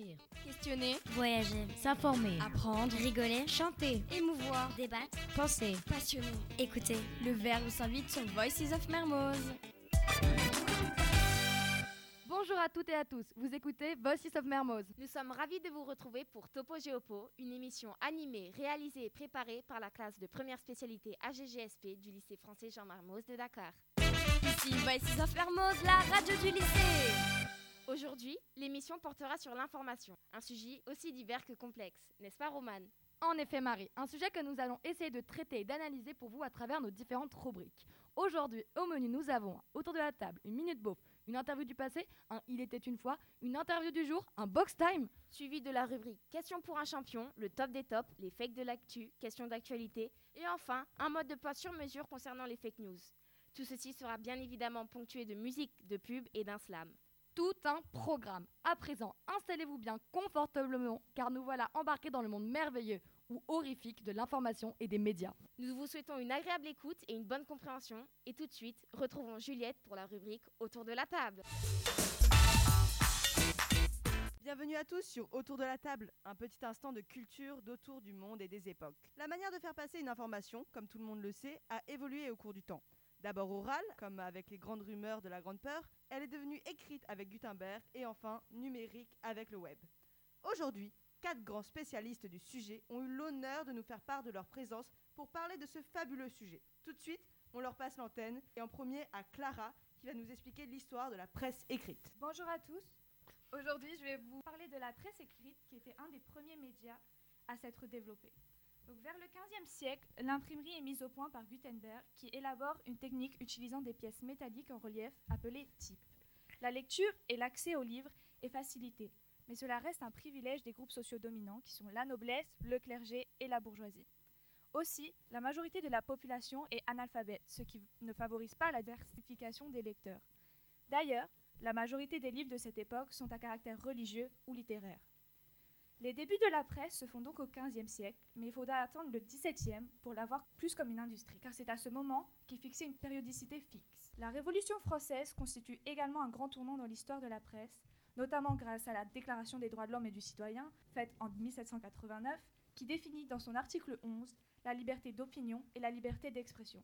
rire, questionner, voyager, s'informer, apprendre, rigoler, chanter, émouvoir, débattre, penser, passionner. écouter. Le Verbe s'invite sur Voices of Mermoz. Bonjour à toutes et à tous, vous écoutez Voices of Mermoz. Nous sommes ravis de vous retrouver pour Topo Géopo, une émission animée, réalisée et préparée par la classe de première spécialité AGGSP du lycée français Jean Mermoz de Dakar. Ici Voices of Mermoz, la radio du lycée. Aujourd'hui, l'émission portera sur l'information, un sujet aussi divers que complexe, n'est-ce pas Romane ? En effet Marie, un sujet que nous allons essayer de traiter et d'analyser pour vous à travers nos différentes rubriques. Aujourd'hui, au menu, nous avons autour de la table une minute beauf, une interview du passé, un Il était une fois, une interview du jour, un box time, suivi de la rubrique Questions pour un champion, le top des tops, les fakes de l'actu, questions d'actualité, et enfin, un mode de poids sur mesure concernant les fake news. Tout ceci sera bien évidemment ponctué de musique, de pub et d'un slam. Tout un programme. À présent, installez-vous bien confortablement car nous voilà embarqués dans le monde merveilleux ou horrifique de l'information et des médias. Nous vous souhaitons une agréable écoute et une bonne compréhension. Et tout de suite, retrouvons Juliette pour la rubrique Autour de la table. Bienvenue à tous sur Autour de la table, un petit instant de culture d'autour du monde et des époques. La manière de faire passer une information, comme tout le monde le sait, a évolué au cours du temps. D'abord orale, comme avec les grandes rumeurs de la Grande Peur, elle est devenue écrite avec Gutenberg et enfin numérique avec le web. Aujourd'hui, 4 grands spécialistes du sujet ont eu l'honneur de nous faire part de leur présence pour parler de ce fabuleux sujet. Tout de suite, on leur passe l'antenne et en premier à Clara qui va nous expliquer l'histoire de la presse écrite. Bonjour à tous. Aujourd'hui, je vais vous parler de la presse écrite qui était un des premiers médias à s'être développé. Donc, vers le XVe siècle, l'imprimerie est mise au point par Gutenberg qui élabore une technique utilisant des pièces métalliques en relief appelées types. La lecture et l'accès aux livres est facilité, mais cela reste un privilège des groupes sociaux dominants qui sont la noblesse, le clergé et la bourgeoisie. Aussi, la majorité de la population est analphabète, ce qui ne favorise pas la diversification des lecteurs. D'ailleurs, la majorité des livres de cette époque sont à caractère religieux ou littéraire. Les débuts de la presse se font donc au XVe siècle, mais il faudra attendre le XVIIe pour la voir plus comme une industrie, car c'est à ce moment qu'est fixée une périodicité fixe. La Révolution française constitue également un grand tournant dans l'histoire de la presse, notamment grâce à la Déclaration des droits de l'homme et du citoyen, faite en 1789, qui définit dans son article 11 la liberté d'opinion et la liberté d'expression.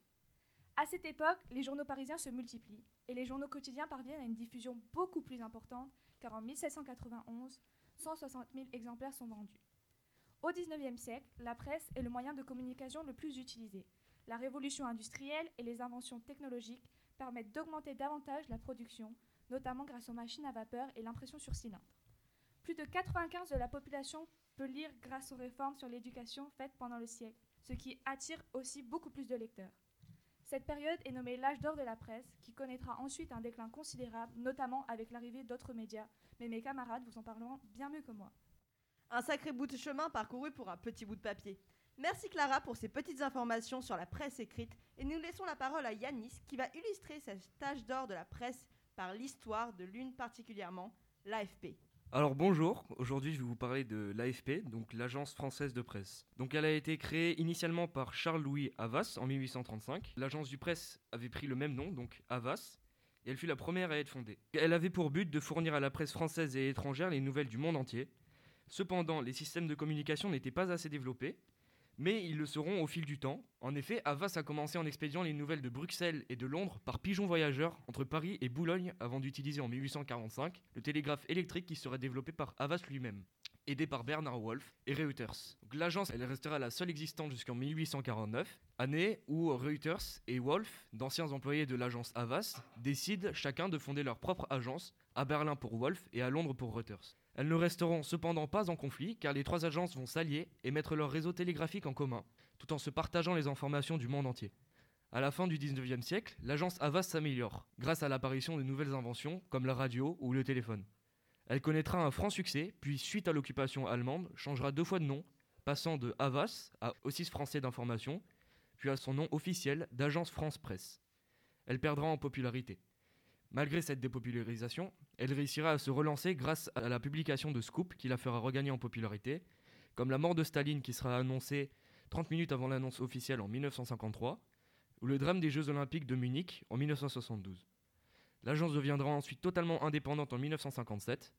À cette époque, les journaux parisiens se multiplient, et les journaux quotidiens parviennent à une diffusion beaucoup plus importante, car en 1791, 160 000 exemplaires sont vendus. Au XIXe siècle, la presse est le moyen de communication le plus utilisé. La révolution industrielle et les inventions technologiques permettent d'augmenter davantage la production, notamment grâce aux machines à vapeur et l'impression sur cylindre. Plus de 95% de la population peut lire grâce aux réformes sur l'éducation faites pendant le siècle, ce qui attire aussi beaucoup plus de lecteurs. Cette période est nommée l'âge d'or de la presse, qui connaîtra ensuite un déclin considérable, notamment avec l'arrivée d'autres médias, mais mes camarades vous en parleront bien mieux que moi. Un sacré bout de chemin parcouru pour un petit bout de papier. Merci Clara pour ces petites informations sur la presse écrite et nous laissons la parole à Yanis qui va illustrer cet âge d'or de la presse par l'histoire de l'une particulièrement, l'AFP. Alors bonjour, aujourd'hui je vais vous parler de l'AFP, donc l'Agence française de presse. Donc elle a été créée initialement par Charles-Louis Havas en 1835. L'agence du presse avait pris le même nom, donc Havas, et elle fut la première à être fondée. Elle avait pour but de fournir à la presse française et étrangère les nouvelles du monde entier. Cependant, les systèmes de communication n'étaient pas assez développés, mais ils le seront au fil du temps. En effet, Havas a commencé en expédiant les nouvelles de Bruxelles et de Londres par pigeons voyageurs entre Paris et Boulogne avant d'utiliser en 1845 le télégraphe électrique qui serait développé par Havas lui-même, aidé par Bernard Wolff et Reuters. Donc, l'agence elle restera la seule existante jusqu'en 1849, année où Reuters et Wolff, d'anciens employés de l'agence Havas, décident chacun de fonder leur propre agence, à Berlin pour Wolff et à Londres pour Reuters. Elles ne resteront cependant pas en conflit car les 3 agences vont s'allier et mettre leur réseau télégraphique en commun, tout en se partageant les informations du monde entier. À la fin du 19e siècle, l'agence Havas s'améliore, grâce à l'apparition de nouvelles inventions comme la radio ou le téléphone. Elle connaîtra un franc succès, puis suite à l'occupation allemande, changera 2 fois de nom, passant de Havas à Office français d'information, puis à son nom officiel d'Agence France Presse. Elle perdra en popularité. Malgré cette dépopularisation, elle réussira à se relancer grâce à la publication de Scoop qui la fera regagner en popularité, comme la mort de Staline qui sera annoncée 30 minutes avant l'annonce officielle en 1953, ou le drame des Jeux Olympiques de Munich en 1972. L'agence deviendra ensuite totalement indépendante en 1957,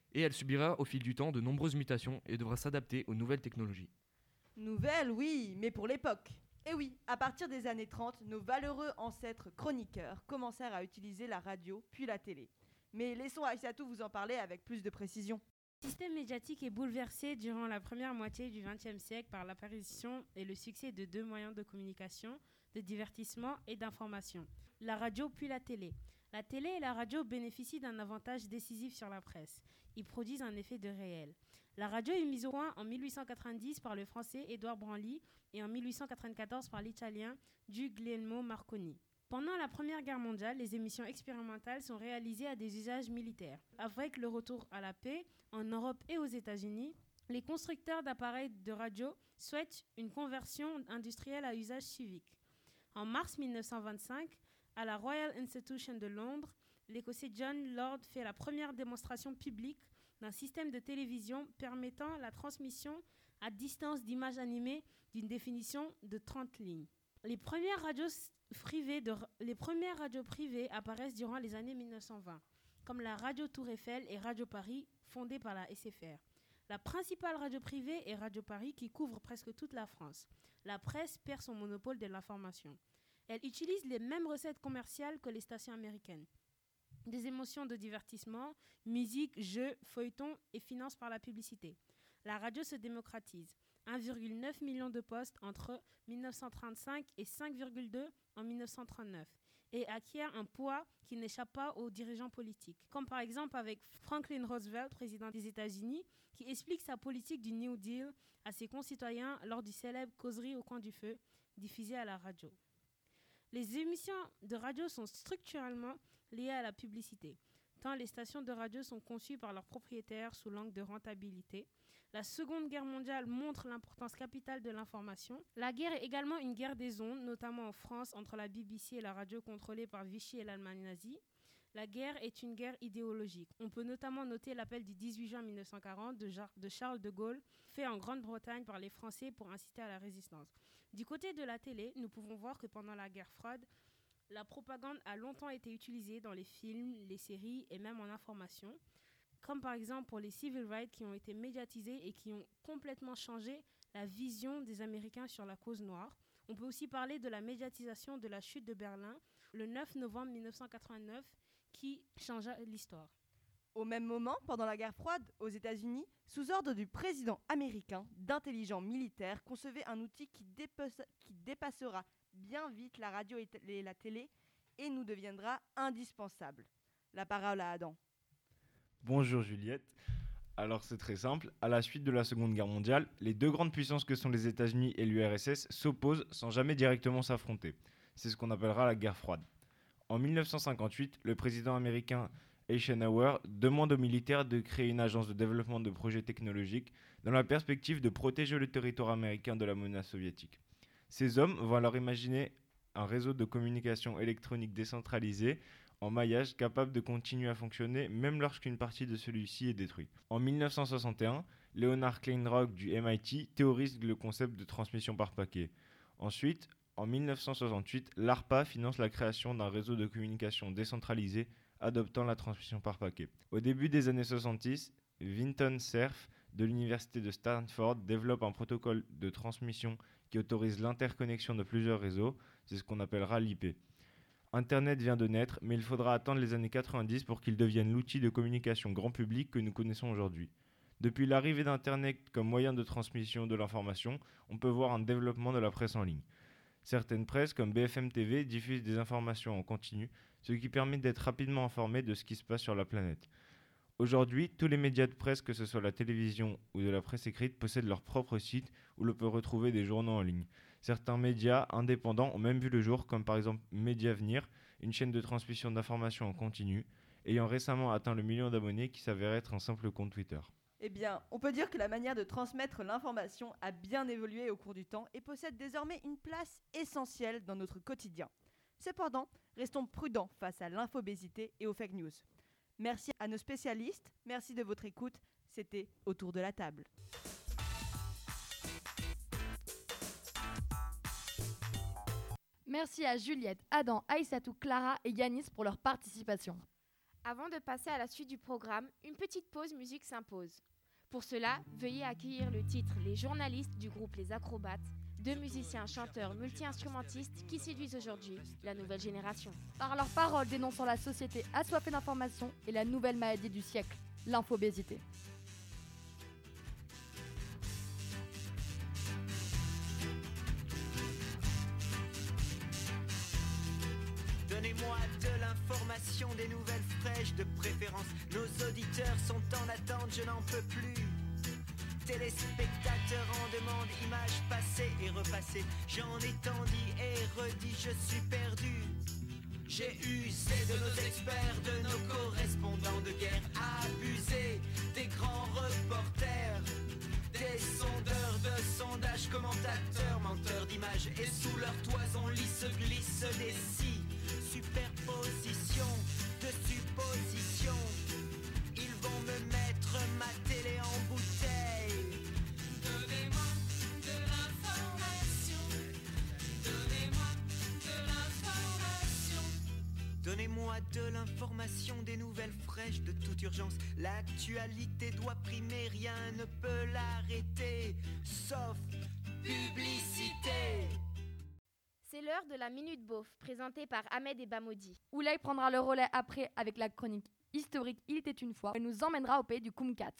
et elle subira au fil du temps de nombreuses mutations et devra s'adapter aux nouvelles technologies. Nouvelle, oui, mais pour l'époque. Et oui, à partir des années 30, nos valeureux ancêtres chroniqueurs commencèrent à utiliser la radio puis la télé. Mais laissons Aïssatou vous en parler avec plus de précision. Le système médiatique est bouleversé durant la première moitié du XXe siècle par l'apparition et le succès de deux moyens de communication, de divertissement et d'information, la radio puis la télé. La télé et la radio bénéficient d'un avantage décisif sur la presse. Ils produisent un effet de réel. La radio est mise au point en 1890 par le français Édouard Branly et en 1894 par l'italien Guglielmo Marconi. Pendant la Première Guerre mondiale, les émissions expérimentales sont réalisées à des usages militaires. Avec le retour à la paix, en Europe et aux États-Unis, les constructeurs d'appareils de radio souhaitent une conversion industrielle à usage civique. En mars 1925, à la Royal Institution de Londres, l'Écossais John Lord fait la première démonstration publique d'un système de télévision permettant la transmission à distance d'images animées d'une définition de 30 lignes. Les premières radios privées apparaissent durant les années 1920, comme la Radio Tour Eiffel et Radio Paris, fondée par la SFR. La principale radio privée est Radio Paris, qui couvre presque toute la France. La presse perd son monopole de l'information. Elle utilise les mêmes recettes commerciales que les stations américaines. Des émotions de divertissement, musique, jeux, feuilletons et finance par la publicité. La radio se démocratise. 1,9 million de postes entre 1935 et 5,2 en 1939 et acquiert un poids qui n'échappe pas aux dirigeants politiques, comme par exemple avec Franklin Roosevelt, président des États-Unis, qui explique sa politique du New Deal à ses concitoyens lors du célèbre Causerie au coin du feu, diffusé à la radio. Les émissions de radio sont structurellement liées à la publicité, tant les stations de radio sont conçues par leurs propriétaires sous l'angle de rentabilité. La Seconde Guerre mondiale montre l'importance capitale de l'information. La guerre est également une guerre des ondes, notamment en France, entre la BBC et la radio contrôlée par Vichy et l'Allemagne nazie. La guerre est une guerre idéologique. On peut notamment noter l'appel du 18 juin 1940 de Charles de Gaulle, fait en Grande-Bretagne par les Français pour inciter à la résistance. Du côté de la télé, nous pouvons voir que pendant la guerre froide, la propagande a longtemps été utilisée dans les films, les séries et même en information, comme par exemple pour les civil rights qui ont été médiatisés et qui ont complètement changé la vision des Américains sur la cause noire. On peut aussi parler de la médiatisation de la chute de Berlin le 9 novembre 1989 qui changea l'histoire. Au même moment, pendant la guerre froide, aux États-Unis, sous ordre du président américain, d'intelligents militaires concevaient un outil qui dépassera bien vite la radio et la télé et nous deviendra indispensable. La parole à Adam. Bonjour Juliette. Alors c'est très simple, à la suite de la Seconde Guerre mondiale, les deux grandes puissances que sont les États-Unis et l'URSS s'opposent sans jamais directement s'affronter. C'est ce qu'on appellera la guerre froide. En 1958, le président américain Eisenhower demande aux militaires de créer une agence de développement de projets technologiques dans la perspective de protéger le territoire américain de la menace soviétique. Ces hommes vont alors imaginer un réseau de communication électronique décentralisé en maillage capable de continuer à fonctionner même lorsqu'une partie de celui-ci est détruite. En 1961, Leonard Kleinrock du MIT théorise le concept de transmission par paquet. Ensuite, en 1968, l'ARPA finance la création d'un réseau de communication décentralisé adoptant la transmission par paquet. Au début des années 70, Vinton Cerf de l'université de Stanford développe un protocole de transmission qui autorise l'interconnexion de plusieurs réseaux, c'est ce qu'on appellera l'IP. Internet vient de naître, mais il faudra attendre les années 90 pour qu'il devienne l'outil de communication grand public que nous connaissons aujourd'hui. Depuis l'arrivée d'Internet comme moyen de transmission de l'information, on peut voir un développement de la presse en ligne. Certaines presses, comme BFM TV, diffusent des informations en continu, ce qui permet d'être rapidement informé de ce qui se passe sur la planète. Aujourd'hui, tous les médias de presse, que ce soit la télévision ou de la presse écrite, possèdent leur propre site où l'on peut retrouver des journaux en ligne. Certains médias indépendants ont même vu le jour, comme par exemple Mediavenir, une chaîne de transmission d'informations en continu, ayant récemment atteint le 1 million d'abonnés qui s'avère être un simple compte Twitter. Eh bien, on peut dire que la manière de transmettre l'information a bien évolué au cours du temps et possède désormais une place essentielle dans notre quotidien. Cependant, restons prudents face à l'infobésité et aux fake news. Merci à nos spécialistes, merci de votre écoute, c'était Autour de la table. Merci à Juliette, Adam, Aïssatou, Clara et Yanis pour leur participation. Avant de passer à la suite du programme, une petite pause musique s'impose. Pour cela, veuillez accueillir le titre Les journalistes du groupe Les Acrobates, deux musiciens, chanteurs, multi-instrumentistes qui séduisent aujourd'hui la nouvelle génération. Par leurs paroles dénonçant la société assoiffée d'informations et la nouvelle maladie du siècle, l'infobésité. Donnez-moi de l'information, des nouvelles fraîches de préférence. Nos auditeurs sont en attente, je n'en peux plus. Téléspectateurs en demande, images passées et repassées. J'en ai tant dit et redit, je suis perdu. J'ai usé de nos experts, de nos correspondants de guerre, abusé des grands reporters, des sondeurs de sondages, commentateurs, menteurs d'images. Et sous leur toison lit se glissent des si superpositions de suppositions. Ils vont me mettre ma télé en bouteille. Donnez-moi de l'information. Donnez-moi de l'information. Donnez-moi de l'information, des nouvelles fraîches de toute urgence. L'actualité doit primer, rien ne peut l'arrêter, sauf publicité. C'est l'heure de la Minute Beauf, présentée par Ahmed et Bamoudi. Oulay prendra le relais après avec la chronique historique Il était une fois. Elle nous emmènera au pays du Kumquats.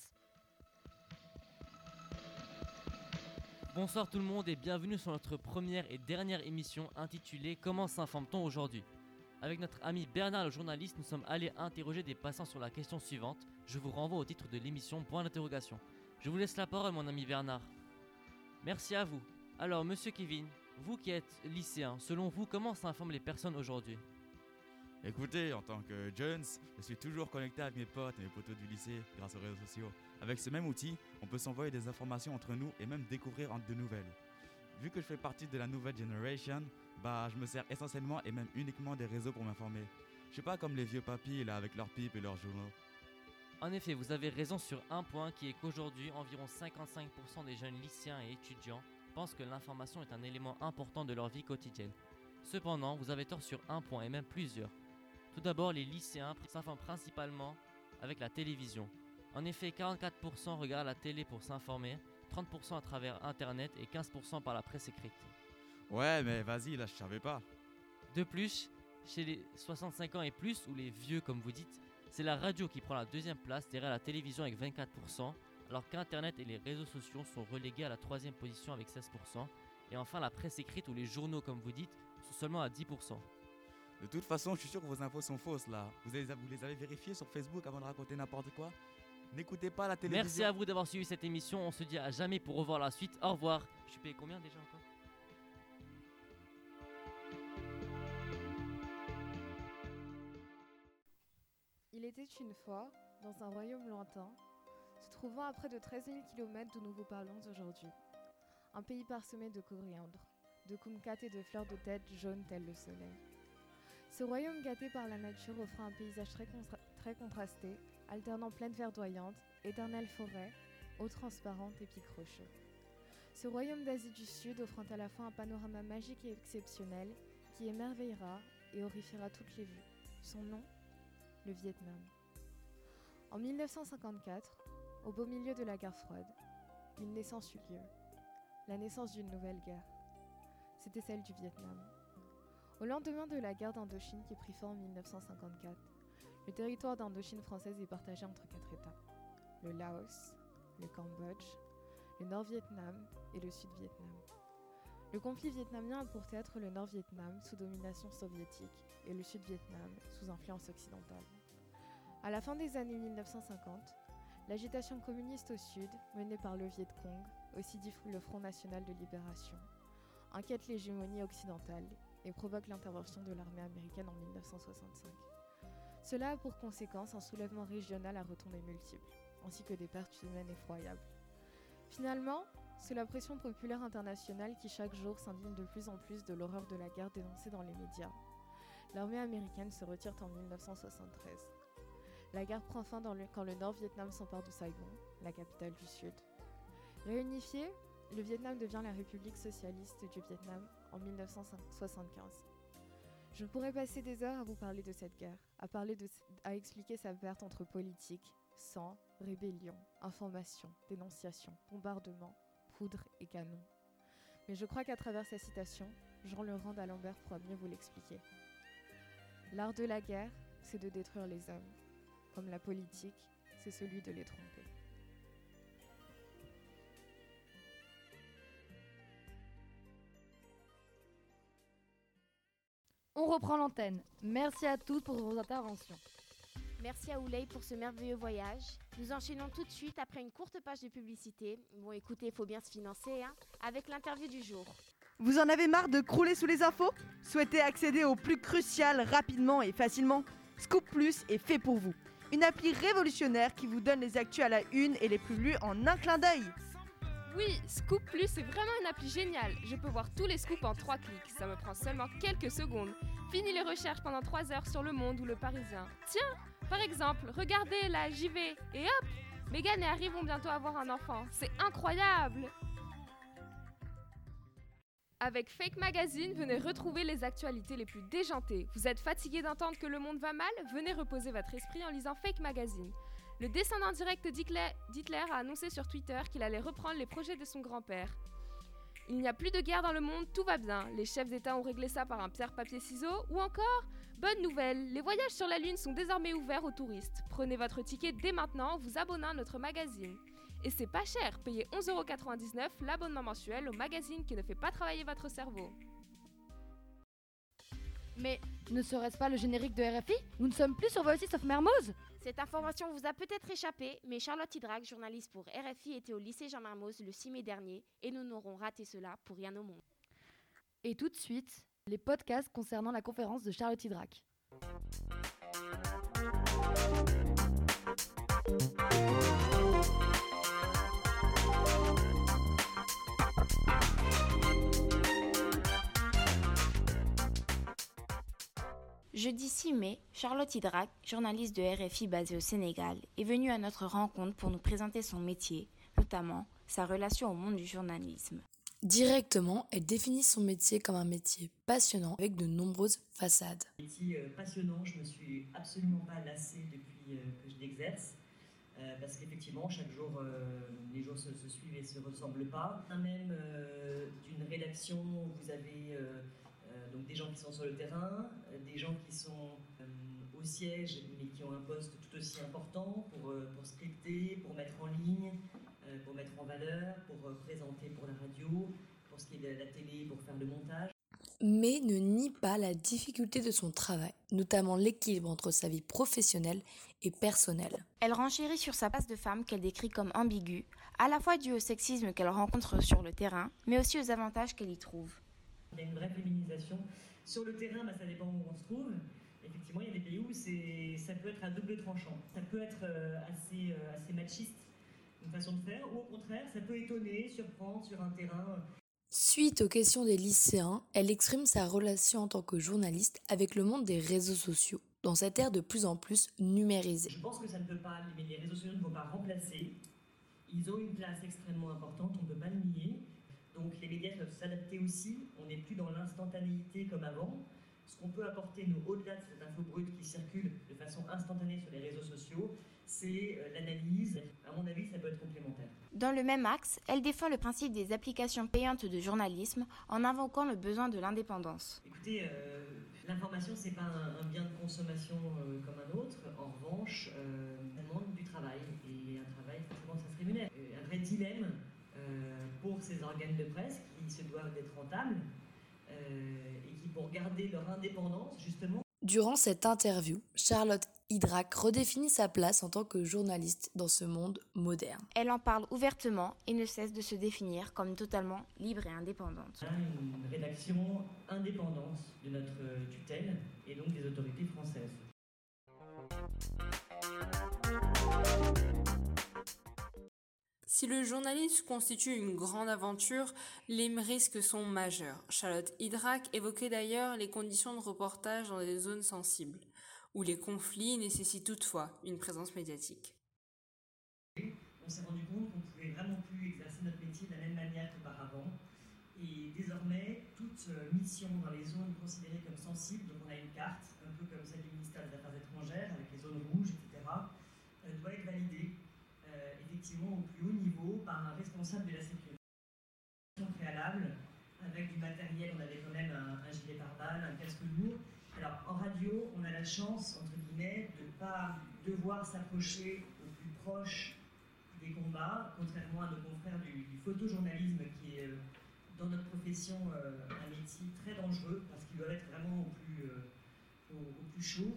Bonsoir tout le monde et bienvenue sur notre première et dernière émission intitulée Comment s'informe-t-on aujourd'hui ? Avec notre ami Bernard le journaliste, nous sommes allés interroger des passants sur la question suivante. Je vous renvoie au titre de l'émission, point d'interrogation. Je vous laisse la parole mon ami Bernard. Merci à vous. Alors monsieur Kevin, vous qui êtes lycéen, selon vous, comment s'informent les personnes aujourd'hui ? Écoutez, en tant que Jones, je suis toujours connecté avec mes potes et mes potos du lycée grâce aux réseaux sociaux. Avec ce même outil, on peut s'envoyer des informations entre nous et même découvrir de nouvelles. Vu que je fais partie de la nouvelle generation, je me sers essentiellement et même uniquement des réseaux pour m'informer. Je suis pas comme les vieux papis là avec leurs pipes et leurs journaux. En effet, vous avez raison sur un point qui est qu'aujourd'hui, environ 55% des jeunes lycéens et étudiants pensent que l'information est un élément important de leur vie quotidienne. Cependant, vous avez tort sur un point et même plusieurs. Tout d'abord, les lycéens s'informent principalement avec la télévision. En effet, 44% regardent la télé pour s'informer, 30% à travers internet et 15% par la presse écrite. Ouais, mais vas-y, là je savais pas. De plus, chez les 65 ans et plus, ou les vieux comme vous dites, c'est la radio qui prend la deuxième place derrière la télévision avec 24%, alors qu'Internet et les réseaux sociaux sont relégués à la troisième position avec 16%, et enfin la presse écrite ou les journaux comme vous dites sont seulement à 10%. De toute façon, je suis sûr que vos infos sont fausses là. Vous les avez vérifiées sur Facebook avant de raconter n'importe quoi. N'écoutez pas la télévision. Merci à vous d'avoir suivi cette émission, on se dit à jamais pour revoir la suite. Au revoir. Je suis payé combien déjà encore ? Il était une fois, dans un royaume lointain, se trouvant à près de 13 000 km d'où nous vous parlons aujourd'hui. Un pays parsemé de coriandre, de kumquats et de fleurs de tête jaunes telles le soleil. Ce royaume gâté par la nature offre un paysage très contrasté, alternant plaines verdoyantes, éternelles forêts, eaux transparentes et pics rocheux. Ce royaume d'Asie du Sud offrant à la fois un panorama magique et exceptionnel qui émerveillera et horrifiera toutes les vues. Son nom ? Le Vietnam. En 1954, au beau milieu de la guerre froide, une naissance eut lieu. La naissance d'une nouvelle guerre. C'était celle du Vietnam. Au lendemain de la guerre d'Indochine qui prit fin en 1954, le territoire d'Indochine française est partagé entre 4 États. Le Laos, le Cambodge, le Nord-Vietnam et le Sud-Vietnam. Le conflit vietnamien a pour théâtre le Nord-Vietnam sous domination soviétique et le Sud-Vietnam sous influence occidentale. À la fin des années 1950, l'agitation communiste au Sud, menée par le Viet Cong, aussi dit le Front National de Libération, inquiète l'hégémonie occidentale et provoque l'intervention de l'armée américaine en 1965. Cela a pour conséquence un soulèvement régional à retombées multiples, ainsi que des pertes humaines effroyables. Finalement, c'est la pression populaire internationale qui chaque jour s'indigne de plus en plus de l'horreur de la guerre dénoncée dans les médias. L'armée américaine se retire en 1973. La guerre prend fin quand le Nord-Vietnam s'empare de Saigon, la capitale du Sud. Réunifié, le Vietnam devient la République socialiste du Vietnam en 1975. Je pourrais passer des heures à vous parler de cette guerre, à expliquer sa perte entre politique, sang, rébellion, information, dénonciation, bombardement, poudre et canon. Mais je crois qu'à travers sa citation, Jean-Laurent d'Alembert pourra mieux vous l'expliquer. L'art de la guerre, c'est de détruire les hommes, comme la politique, c'est celui de les tromper. On reprend l'antenne. Merci à tous pour vos interventions. Merci à Ouley pour ce merveilleux voyage. Nous enchaînons tout de suite après une courte page de publicité. Bon, écoutez, il faut bien se financer, hein, avec l'interview du jour. Vous en avez marre de crouler sous les infos ? Souhaitez accéder au plus crucial rapidement et facilement ? Scoop Plus est fait pour vous. Une appli révolutionnaire qui vous donne les actus à la une et les plus lus en un clin d'œil. Oui, Scoop Plus est vraiment une appli géniale. Je peux voir tous les scoops en 3 clics. Ça me prend seulement quelques secondes. Fini les recherches pendant 3 heures sur Le Monde ou Le Parisien. Tiens, par exemple, regardez la JV et hop, Meghan et Harry vont bientôt avoir un enfant. C'est incroyable! Avec Fake Magazine, venez retrouver les actualités les plus déjantées. Vous êtes fatigué d'entendre que le monde va mal? Venez reposer votre esprit en lisant Fake Magazine. Le descendant direct d'Hitler a annoncé sur Twitter qu'il allait reprendre les projets de son grand-père. Il n'y a plus de guerre dans le monde, tout va bien. Les chefs d'État ont réglé ça par un pierre-papier-ciseaux. Ou encore, bonne nouvelle, les voyages sur la Lune sont désormais ouverts aux touristes. Prenez votre ticket dès maintenant en vous abonnant à notre magazine. Et c'est pas cher, payez 11,99 € l'abonnement mensuel au magazine qui ne fait pas travailler votre cerveau. Mais ne serait-ce pas le générique de RFI? Nous ne sommes plus sur Voices of Mermoz. Cette information vous a peut-être échappé, mais Charlotte Hydrac, journaliste pour RFI, était au lycée Jean Mermoz le 6 mai dernier et nous n'aurons raté cela pour rien au monde. Et tout de suite, les podcasts concernant la conférence de Charlotte Hydrac. Jeudi 6 mai, Charlotte Hydrac, journaliste de RFI basée au Sénégal, est venue à notre rencontre pour nous présenter son métier, notamment sa relation au monde du journalisme. Directement, elle définit son métier comme un métier passionnant avec de nombreuses façades. Un métier passionnant, je ne me suis absolument pas lassée depuis que je l'exerce, parce qu'effectivement, chaque jour, les jours se suivent et ne se ressemblent pas. Même d'une rédaction, vous avez donc des gens qui sont sur le terrain, des gens qui sont au siège, mais qui ont un poste tout aussi important pour scripter, pour mettre en ligne, pour mettre en valeur, pour présenter pour la radio, pour ce qui est de la télé, pour faire le montage. Mais ne nie pas la difficulté de son travail, notamment l'équilibre entre sa vie professionnelle et personnelle. Elle renchérit sur sa place de femme qu'elle décrit comme ambiguë, à la fois due au sexisme qu'elle rencontre sur le terrain, mais aussi aux avantages qu'elle y trouve. Il y a une vraie féminisation. Sur le terrain, ça dépend où on se trouve. Effectivement, il y a des pays où ça peut être à double tranchant. Ça peut être assez machiste, une façon de faire, ou au contraire, ça peut étonner, surprendre sur un terrain. Suite aux questions des lycéens, elle exprime sa relation en tant que journaliste avec le monde des réseaux sociaux, dans cette ère de plus en plus numérisée. Je pense que ça ne peut pas, les réseaux sociaux ne vont pas remplacer. Ils ont une place extrêmement importante, on ne peut pas le nier. Donc les médias doivent s'adapter aussi, on n'est plus dans l'instantanéité comme avant. Ce qu'on peut apporter, nous, au-delà de cette info brute qui circule de façon instantanée sur les réseaux sociaux, c'est l'analyse. À mon avis, ça peut être complémentaire. Dans le même axe, elle défend le principe des applications payantes de journalisme en invoquant le besoin de l'indépendance. Écoutez, l'information, c'est pas un bien de consommation comme un autre. En revanche, ça demande du travail. Et un travail, forcément, ça se rémunère. Un vrai dilemme pour ces organes de presse qui se doivent d'être rentables et qui, pour garder leur indépendance, justement... Durant cette interview, Charlotte Hydrac redéfinit sa place en tant que journaliste dans ce monde moderne. Elle en parle ouvertement et ne cesse de se définir comme totalement libre et indépendante. On a une rédaction indépendante de notre tutelle et donc des autorités françaises. Si le journalisme constitue une grande aventure, les risques sont majeurs. Charlotte Hydrac évoquait d'ailleurs les conditions de reportage dans des zones sensibles, où les conflits nécessitent toutefois une présence médiatique. On s'est rendu compte qu'on ne pouvait vraiment plus exercer notre métier de la même manière qu'auparavant. Et désormais, toute mission dans les zones considérées comme sensibles, donc on a une carte, un peu comme celle du ministère des Affaires étrangères, avec les zones rouges, etc., doit être validée effectivement au plus haut niveau par un responsable de la sécurité préalable, avec du matériel. On avait quand même un gilet pare-balles, un casque lourd. Alors en radio, on a la chance, entre guillemets, de ne pas devoir s'approcher au plus proche des combats, contrairement à nos confrères du photojournalisme qui est dans notre profession un métier très dangereux parce qu'il doit être vraiment au plus chaud.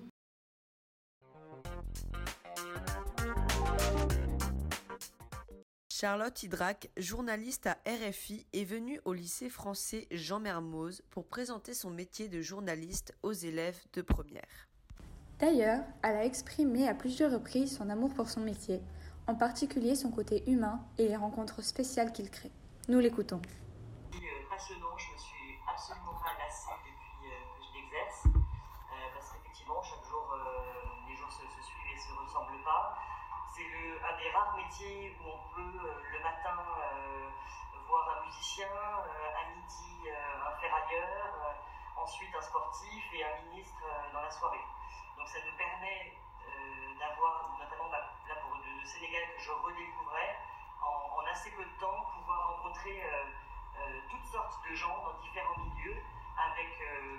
Charlotte Hydrac, journaliste à RFI, est venue au lycée français Jean Mermoz pour présenter son métier de journaliste aux élèves de première. D'ailleurs, elle a exprimé à plusieurs reprises son amour pour son métier, en particulier son côté humain et les rencontres spéciales qu'il crée. Nous l'écoutons. C'est passionnant, je me suis absolument pas lassée depuis que je l'exerce, parce qu'effectivement, chaque jour, les jours se suivent et se ressemblent pas. C'est un des rares métiers où on peut le matin voir un musicien, à midi un ferrailleur, ensuite un sportif et un ministre dans la soirée. Donc ça nous permet d'avoir, notamment là pour le Sénégal que je redécouvrais, en assez peu de temps, pouvoir rencontrer toutes sortes de gens dans différents milieux avec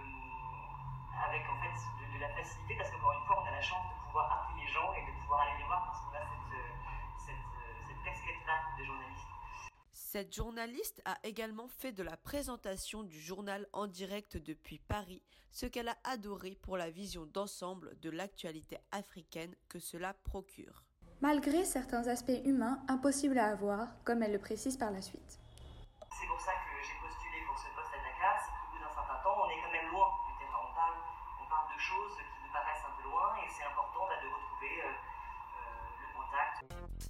en fait de la facilité, parce qu'encore une fois on a la chance de pouvoir appeler les gens et de pouvoir aller les voir parce qu'on a cette casquette-là de journaliste. Cette journaliste a également fait de la présentation du journal en direct depuis Paris, ce qu'elle a adoré pour la vision d'ensemble de l'actualité africaine que cela procure. Malgré certains aspects humains impossibles à avoir, comme elle le précise par la suite. C'est pour ça que j'ai postulé pour ce poste à Dakar, c'est qu'au bout d'un certain temps, on est quand même loin du terrain. On parle de choses qui nous paraissent un peu loin et c'est important de retrouver le contact.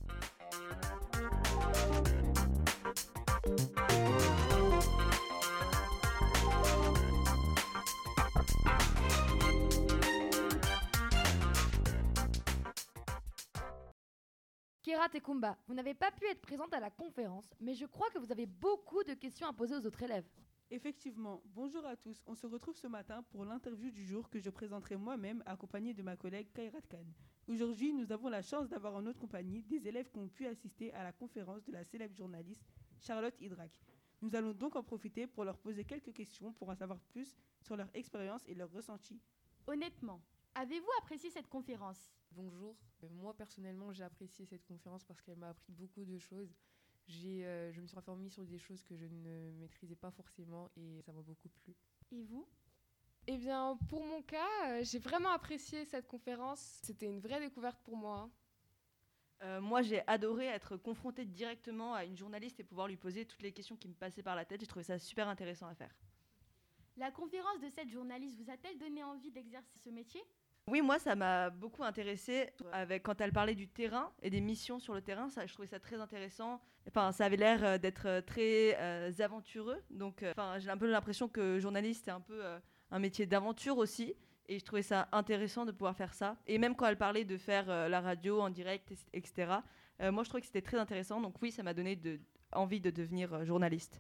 Kérat et Kumba, vous n'avez pas pu être présente à la conférence, mais je crois que vous avez beaucoup de questions à poser aux autres élèves. Effectivement, bonjour à tous. On se retrouve ce matin pour l'interview du jour que je présenterai moi-même accompagné de ma collègue Kairat Khan. Aujourd'hui, nous avons la chance d'avoir en notre compagnie des élèves qui ont pu assister à la conférence de la célèbre journaliste Charlotte Hydrac. Nous allons donc en profiter pour leur poser quelques questions pour en savoir plus sur leur expérience et leurs ressentis. Honnêtement, avez-vous apprécié cette conférence ? Bonjour, moi personnellement j'ai apprécié cette conférence parce qu'elle m'a appris beaucoup de choses. Je me suis informée sur des choses que je ne maîtrisais pas forcément et ça m'a beaucoup plu. Et vous ? Eh bien, pour mon cas, j'ai vraiment apprécié cette conférence. C'était une vraie découverte pour moi. Moi, j'ai adoré être confrontée directement à une journaliste et pouvoir lui poser toutes les questions qui me passaient par la tête. J'ai trouvé ça super intéressant à faire. La conférence de cette journaliste vous a-t-elle donné envie d'exercer ce métier ? Oui, moi, ça m'a beaucoup intéressée quand elle parlait du terrain et des missions sur le terrain. Je trouvais ça très intéressant. Enfin, ça avait l'air d'être très aventureux. Donc, j'ai un peu l'impression que journaliste, c'est un peu un métier d'aventure aussi. Et je trouvais ça intéressant de pouvoir faire ça. Et même quand elle parlait de faire la radio en direct, etc., moi, je trouvais que c'était très intéressant. Donc oui, ça m'a donné envie de devenir journaliste.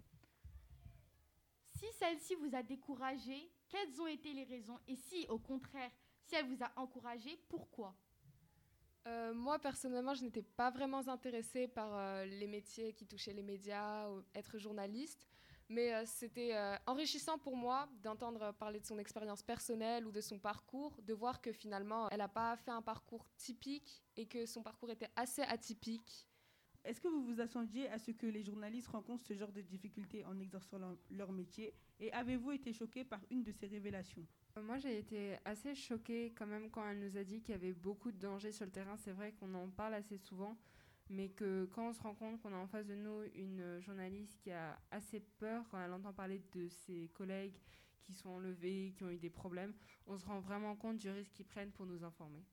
Si celle-ci vous a découragé, quelles ont été les raisons ? Et si, au contraire, si elle vous a encouragé, pourquoi ? Moi, personnellement, je n'étais pas vraiment intéressée par les métiers qui touchaient les médias, ou être journaliste. Mais c'était enrichissant pour moi d'entendre parler de son expérience personnelle ou de son parcours, de voir que finalement, elle n'a pas fait un parcours typique et que son parcours était assez atypique. Est-ce que vous vous attendiez à ce que les journalistes rencontrent ce genre de difficultés en exerçant leur métier ? Et avez-vous été choqué par une de ces révélations ? Moi, j'ai été assez choquée quand même quand elle nous a dit qu'il y avait beaucoup de dangers sur le terrain. C'est vrai qu'on en parle assez souvent, mais que quand on se rend compte qu'on a en face de nous une journaliste qui a assez peur quand elle entend parler de ses collègues qui sont enlevés, qui ont eu des problèmes, on se rend vraiment compte du risque qu'ils prennent pour nous informer.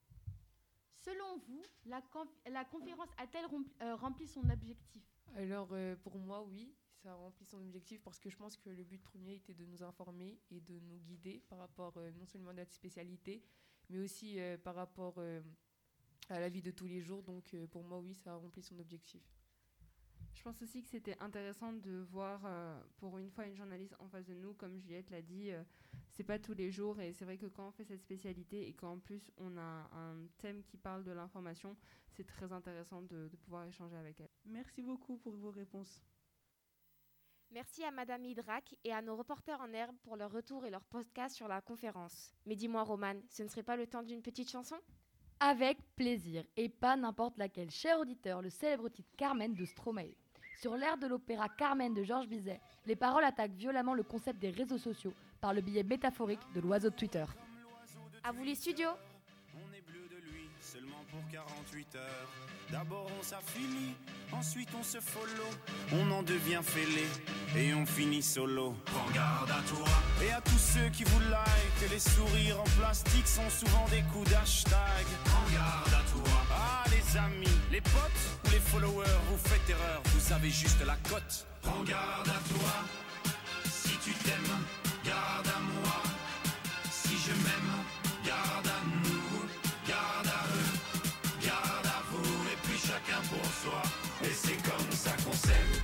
Selon vous, la conférence a-t-elle rempli son objectif ? Alors, pour moi, oui, ça a rempli son objectif parce que je pense que le but premier était de nous informer et de nous guider par rapport non seulement à notre spécialité, mais aussi par rapport à la vie de tous les jours. Donc, pour moi, oui, ça a rempli son objectif. Je pense aussi que c'était intéressant de voir pour une fois une journaliste en face de nous, comme Juliette l'a dit, c'est pas tous les jours et c'est vrai que quand on fait cette spécialité et qu'en plus on a un thème qui parle de l'information, c'est très intéressant de pouvoir échanger avec elle. Merci beaucoup pour vos réponses. Merci à Madame Hydrac et à nos reporters en herbe pour leur retour et leur podcast sur la conférence. Mais dis-moi Romane, ce ne serait pas le temps d'une petite chanson ? Avec plaisir, et pas n'importe laquelle. Cher auditeur, le célèbre titre Carmen de Stromae. Sur l'air de l'opéra Carmen de Georges Bizet, les paroles attaquent violemment le concept des réseaux sociaux par le biais métaphorique de l'oiseau de Twitter. À vous les studios. On est bleu de lui, seulement pour 48 heures. D'abord on s'affilie, ensuite on se follow. On en devient fêlé et on finit solo. Prends garde à toi. Et à tous ceux qui vous like, les sourires en plastique sont souvent des coups d'hashtag. Prends garde à toi. Ah les amis, les potes ou les followers, vous faites erreur, vous avez juste la cote. Prends garde à toi. Si tu t'aimes, garde à moi. Si je m'aime, garde à nous, garde à eux, garde à vous, et puis chacun pour soi. Et c'est comme ça qu'on s'aime,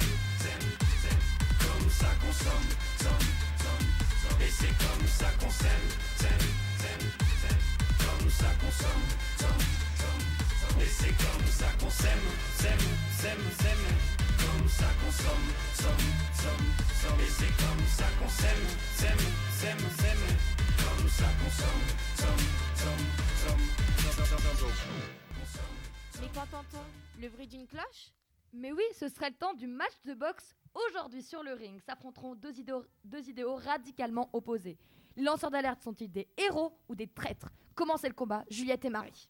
comme ça qu'on somme, et c'est comme ça qu'on s'aime, comme ça qu'on somme, et c'est comme ça qu'on s'aime, comme ça qu'on somme, et c'est comme ça qu'on s'aime, comme ça qu'on Mais qu'entend-on ? Le bruit d'une cloche ? Mais oui, ce serait le temps du match de boxe. Aujourd'hui sur le ring s'affronteront deux idéaux radicalement opposés. Les lanceurs d'alerte sont-ils des héros ou des traîtres ? Commencez le combat, Juliette et Marie.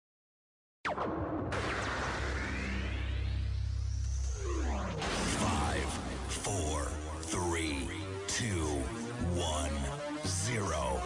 4, 3, 2, 1, 0.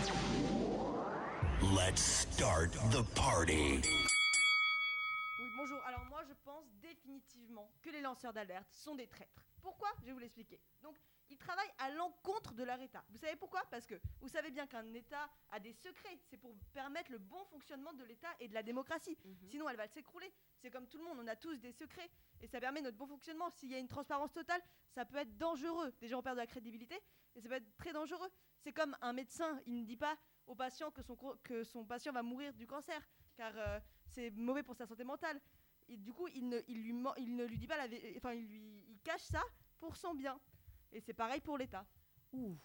Let's start the party. Oui, bonjour. Alors moi, je pense définitivement que les lanceurs d'alerte sont des traîtres. Pourquoi ? Je vais vous l'expliquer. Donc, ils travaillent à l'encontre de leur État. Vous savez pourquoi ? Parce que vous savez bien qu'un État a des secrets. C'est pour permettre le bon fonctionnement de l'État et de la démocratie. Sinon, elle va s'écrouler. C'est comme tout le monde, on a tous des secrets. Et ça permet notre bon fonctionnement. S'il y a une transparence totale, ça peut être dangereux. Déjà, on perd de la crédibilité et ça peut être très dangereux. C'est comme un médecin, il ne dit pas au patient que son patient va mourir du cancer, car c'est mauvais pour sa santé mentale. Et du coup, il ne lui dit pas il cache ça pour son bien. Et c'est pareil pour l'État. Je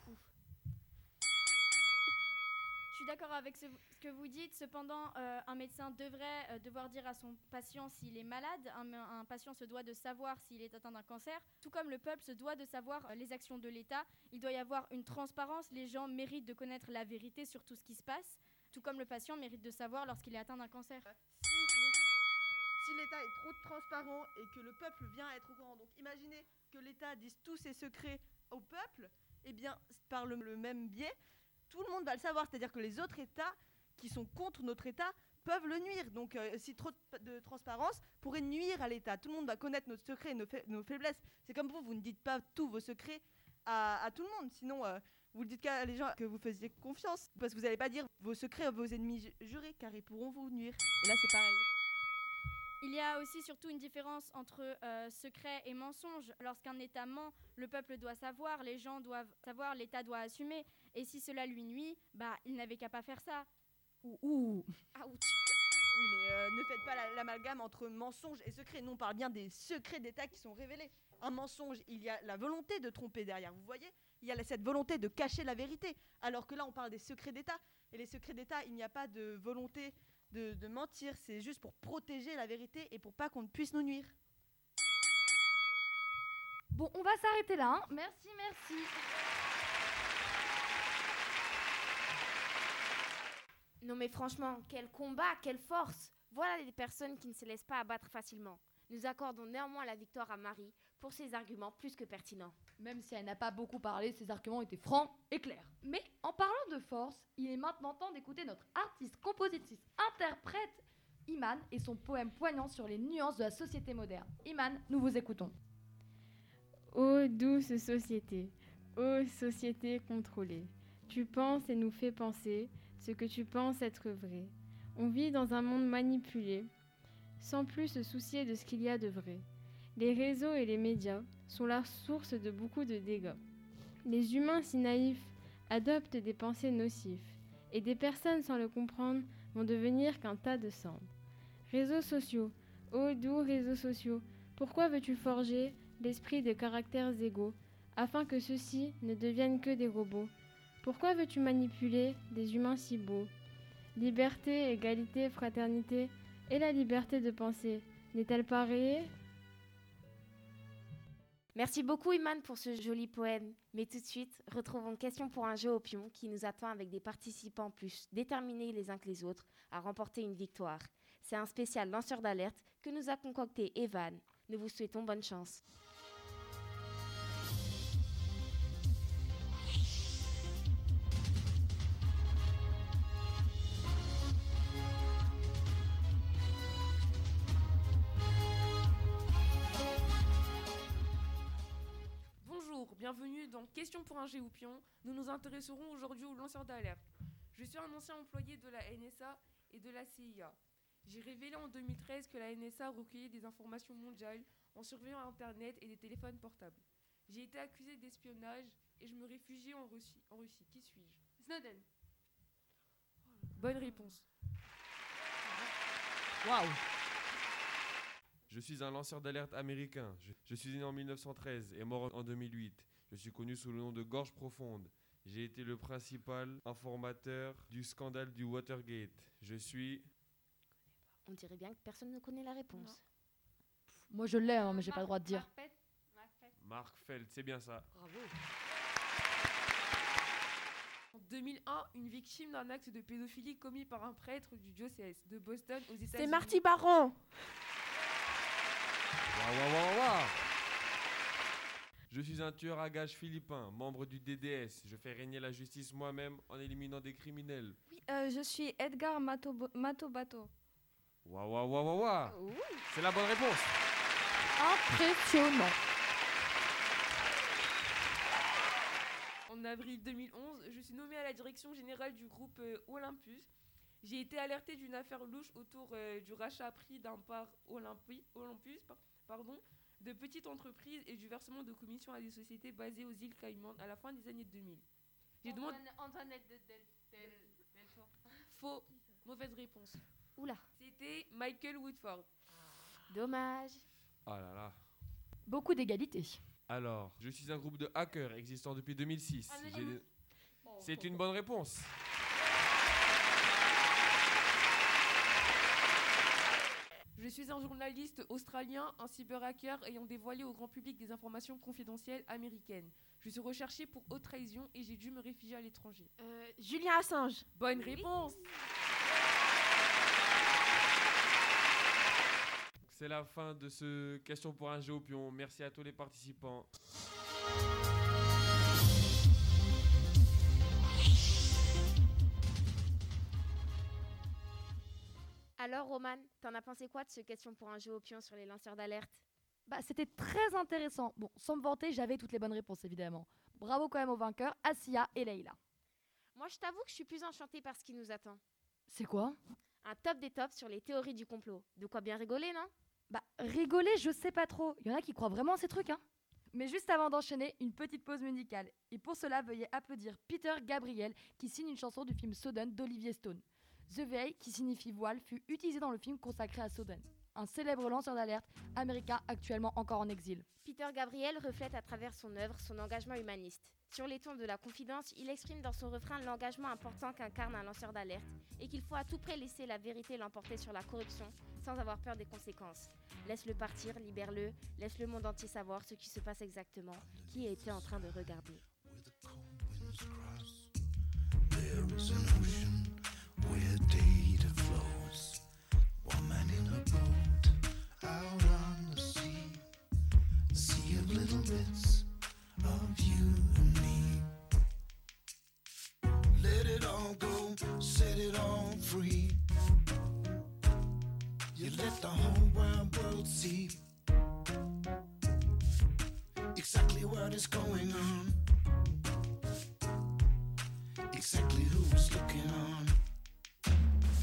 suis d'accord avec ce que vous dites. Cependant, un médecin devrait devoir dire à son patient s'il est malade. Un patient se doit de savoir s'il est atteint d'un cancer. Tout comme le peuple se doit de savoir les actions de l'État. Il doit y avoir une transparence. Les gens méritent de connaître la vérité sur tout ce qui se passe. Tout comme le patient mérite de savoir lorsqu'il est atteint d'un cancer. Si l'État est trop transparent et que le peuple vient à être au courant, donc imaginez que l'État dise tous ses secrets au peuple, eh bien, par le même biais, tout le monde va le savoir. C'est-à-dire que les autres États qui sont contre notre État peuvent le nuire. Donc, si trop de transparence pourrait nuire à l'État. Tout le monde va connaître nos secrets et nos faiblesses. C'est comme vous ne dites pas tous vos secrets à tout le monde. Sinon, vous le dites qu'à les gens que vous faisiez confiance. Parce que vous n'allez pas dire vos secrets à vos ennemis jurés, car ils pourront vous nuire. Et là, c'est pareil. Il y a aussi surtout une différence entre secret et mensonge. Lorsqu'un État ment, le peuple doit savoir, les gens doivent savoir, l'État doit assumer. Et si cela lui nuit, il n'avait qu'à pas faire ça. Ouch. Oui, mais ne faites pas l'amalgame entre mensonge et secret. Nous, on parle bien des secrets d'État qui sont révélés. Un mensonge, il y a la volonté de tromper derrière. Vous voyez ? Il y a cette volonté de cacher la vérité. Alors que là, on parle des secrets d'État. Et les secrets d'État, il n'y a pas de volonté de mentir, c'est juste pour protéger la vérité et pour pas qu'on ne puisse nous nuire. Bon, on va s'arrêter là, hein. Merci. Non mais franchement, quel combat, quelle force! Voilà des personnes qui ne se laissent pas abattre facilement. Nous accordons néanmoins la victoire à Marie pour ses arguments plus que pertinents. Même si elle n'a pas beaucoup parlé, ses arguments étaient francs et clairs. Mais en parlant de force, il est maintenant temps d'écouter notre artiste, compositrice, interprète, Iman, et son poème poignant sur les nuances de la société moderne. Iman, nous vous écoutons. Ô douce société, ô société contrôlée, tu penses et nous fais penser ce que tu penses être vrai. On vit dans un monde manipulé, sans plus se soucier de ce qu'il y a de vrai. Les réseaux et les médias sont la source de beaucoup de dégâts. Les humains si naïfs adoptent des pensées nocives, et des personnes sans le comprendre vont devenir qu'un tas de cendres. Réseaux sociaux, ô doux réseaux sociaux, pourquoi veux-tu forger l'esprit de caractères égaux, afin que ceux-ci ne deviennent que des robots? Pourquoi veux-tu manipuler des humains si beaux? Liberté, égalité, fraternité, et la liberté de penser, n'est-elle pas rayée? Merci beaucoup Iman pour ce joli poème. Mais tout de suite, retrouvons Question pour un jeu au pion qui nous attend avec des participants plus déterminés les uns que les autres à remporter une victoire. C'est un spécial lanceur d'alerte que nous a concocté Evan. Nous vous souhaitons bonne chance. Bienvenue dans Question pour un jeu ou pion. Nous nous intéresserons aujourd'hui aux lanceurs d'alerte. Je suis un ancien employé de la NSA et de la CIA. J'ai révélé en 2013 que la NSA recueillait des informations mondiales en surveillant Internet et des téléphones portables. J'ai été accusé d'espionnage et je me réfugie en Russie. Qui suis-je? Snowden. Bonne réponse. Waouh! Je suis un lanceur d'alerte américain. Je suis né en 1913 et mort en 2008. Je suis connu sous le nom de Gorge Profonde. J'ai été le principal informateur du scandale du Watergate. Je suis... On dirait bien que personne ne connaît la réponse. Moi je l'ai, mais j'ai pas le droit de dire. Mark Feld, c'est bien ça. Bravo. En 2001, une victime d'un acte de pédophilie commis par un prêtre du diocèse de Boston aux États-Unis. C'est Marty Baron. Waouh. Je suis un tueur à gages philippin, membre du DDS. Je fais régner la justice moi-même en éliminant des criminels. Oui, je suis Edgar Matobato. Waouh. C'est la bonne réponse. Impressionnant. En avril 2011, je suis nommé à la direction générale du groupe Olympus. J'ai été alerté d'une affaire louche autour du rachat à prix d'un part Olympus, de petites entreprises et du versement de commissions à des sociétés basées aux îles Caïmans à la fin des années 2000. Antoinette Deltour. Faux. Mauvaise réponse. Oula. C'était Michael Woodford. Dommage. Oh là là. Beaucoup d'égalité. Alors, je suis un groupe de hackers existant depuis 2006. C'est une bonne réponse. Je suis un journaliste australien, un cyberhacker ayant dévoilé au grand public des informations confidentielles américaines. Je suis recherché pour haute trahison et j'ai dû me réfugier à l'étranger. Julien Assange. Bonne réponse. C'est la fin de ce Question pour un jeu au pion. Merci à tous les participants. Alors Roman, t'en as pensé quoi de ce Question pour un jeu au pion sur les lanceurs d'alerte? C'était très intéressant. Bon, sans me vanter, j'avais toutes les bonnes réponses évidemment. Bravo quand même aux vainqueurs, Assia et Leïla. Moi je t'avoue que je suis plus enchantée par ce qui nous attend. C'est quoi? Un top des tops sur les théories du complot. De quoi bien rigoler, non? Rigoler, je sais pas trop. Il y en a qui croient vraiment à ces trucs, hein. Mais juste avant d'enchaîner, une petite pause musicale. Et pour cela, veuillez applaudir Peter Gabriel qui signe une chanson du film Snowden d'Olivier Stone. The Veil, qui signifie voile, fut utilisé dans le film consacré à Snowden, un célèbre lanceur d'alerte américain actuellement encore en exil. Peter Gabriel reflète à travers son œuvre son engagement humaniste. Sur les tons de la confidence, il exprime dans son refrain l'engagement important qu'incarne un lanceur d'alerte et qu'il faut à tout prix laisser la vérité l'emporter sur la corruption sans avoir peur des conséquences. Laisse-le partir, libère-le, laisse le monde entier savoir ce qui se passe exactement, qui était en train de regarder. Where data flows, one man in a boat out on the sea of little bits of you and me. Let it all go, set it all free. You let the whole wide world see exactly what is going on, exactly who's looking on.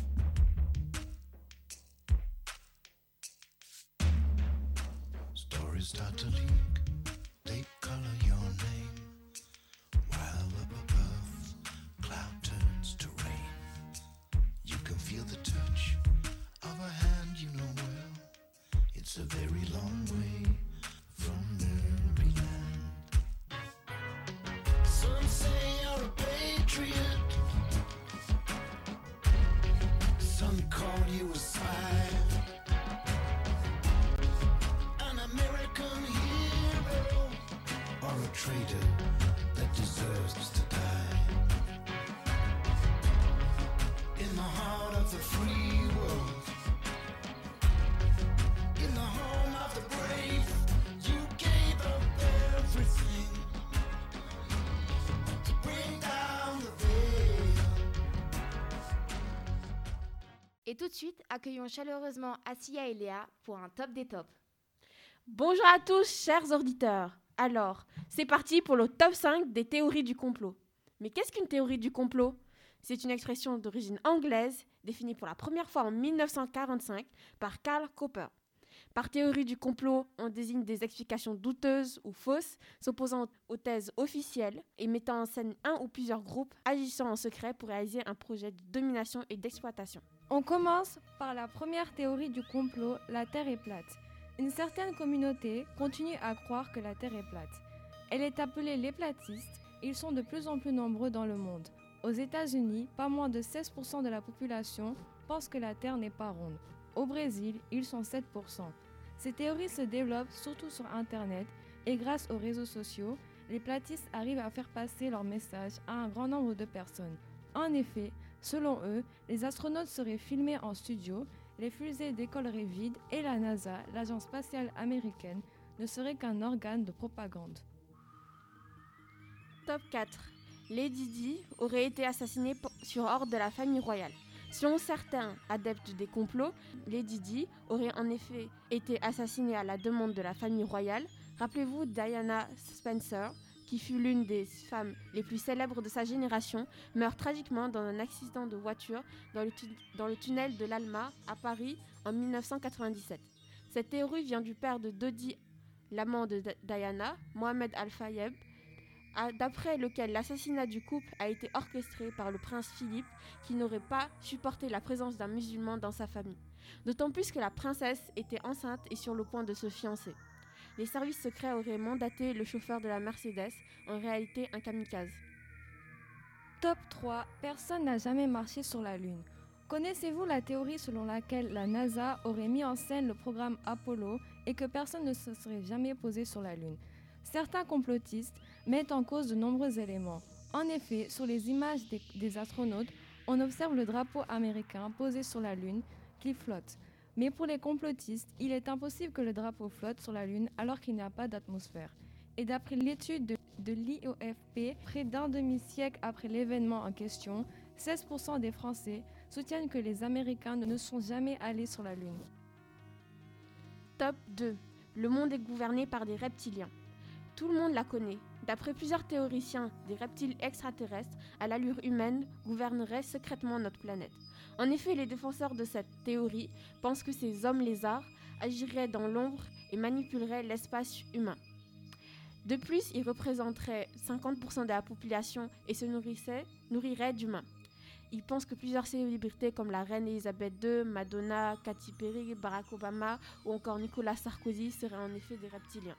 Story start to leak, they color your name. While up above, cloud turns to rain. You can feel the touch of a hand you know well. It's a very long way from Maryland. Some say you're a patriot, some call you a spy, an American hero, or a traitor that deserves to die. In the heart of the free world, in the home of the brave, you gave up everything to bring down the veil. Et tout de suite, accueillons chaleureusement Assia et Léa pour un top des tops. Bonjour à tous, chers auditeurs. Alors, c'est parti pour le top 5 des théories du complot. Mais qu'est-ce qu'une théorie du complot ? C'est une expression d'origine anglaise définie pour la première fois en 1945 par Karl Popper. Par théorie du complot, on désigne des explications douteuses ou fausses s'opposant aux thèses officielles et mettant en scène un ou plusieurs groupes agissant en secret pour réaliser un projet de domination et d'exploitation. On commence par la première théorie du complot, la Terre est plate. Une certaine communauté continue à croire que la Terre est plate. Elle est appelée les platistes et ils sont de plus en plus nombreux dans le monde. Aux États-Unis, pas moins de 16% de la population pense que la Terre n'est pas ronde. Au Brésil, ils sont 7%. Ces théories se développent surtout sur Internet et grâce aux réseaux sociaux, les platistes arrivent à faire passer leur message à un grand nombre de personnes. En effet, selon eux, les astronautes seraient filmés en studio, les fusées décolleraient vides et la NASA, l'agence spatiale américaine, ne serait qu'un organe de propagande. Top 4. Lady Di aurait été assassinée sur ordre de la famille royale. Selon certains adeptes des complots, Lady Di aurait en effet été assassinée à la demande de la famille royale. Rappelez-vous Diana Spencer, qui fut l'une des femmes les plus célèbres de sa génération, meurt tragiquement dans un accident de voiture dans le tunnel de l'Alma à Paris en 1997. Cette théorie vient du père de Dodi, l'amant de Diana, Mohamed Al-Fayed, d'après lequel l'assassinat du couple a été orchestré par le prince Philippe, qui n'aurait pas supporté la présence d'un musulman dans sa famille. D'autant plus que la princesse était enceinte et sur le point de se fiancer. Les services secrets auraient mandaté le chauffeur de la Mercedes, en réalité un kamikaze. Top 3. Personne n'a jamais marché sur la Lune. Connaissez-vous la théorie selon laquelle la NASA aurait mis en scène le programme Apollo et que personne ne se serait jamais posé sur la Lune ? Certains complotistes mettent en cause de nombreux éléments. En effet, sur les images des astronautes, on observe le drapeau américain posé sur la Lune qui flotte. Mais pour les complotistes, il est impossible que le drapeau flotte sur la Lune alors qu'il n'y a pas d'atmosphère. Et d'après l'étude de l'IOFP, près d'un demi-siècle après l'événement en question, 16% des Français soutiennent que les Américains ne sont jamais allés sur la Lune. Top 2. Le monde est gouverné par des reptiliens. Tout le monde la connaît. D'après plusieurs théoriciens, des reptiles extraterrestres à l'allure humaine gouverneraient secrètement notre planète. En effet, les défenseurs de cette théorie pensent que ces hommes lézards agiraient dans l'ombre et manipuleraient l'espace humain. De plus, ils représenteraient 50% de la population et se nourriraient d'humains. Ils pensent que plusieurs célébrités comme la reine Elisabeth II, Madonna, Katy Perry, Barack Obama ou encore Nicolas Sarkozy seraient en effet des reptiliens.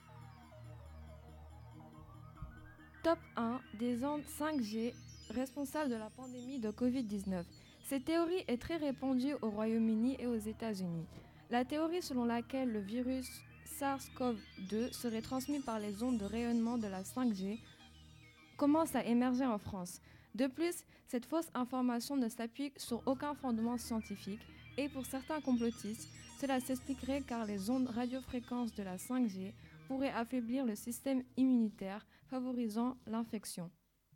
Top 1 des ondes 5G responsables de la pandémie de Covid-19. Cette théorie est très répandue au Royaume-Uni et aux États-Unis. La théorie selon laquelle le virus SARS-CoV-2 serait transmis par les ondes de rayonnement de la 5G commence à émerger en France. De plus, cette fausse information ne s'appuie sur aucun fondement scientifique et pour certains complotistes, cela s'expliquerait car les ondes radiofréquences de la 5G pourraient affaiblir le système immunitaire, favorisant l'infection.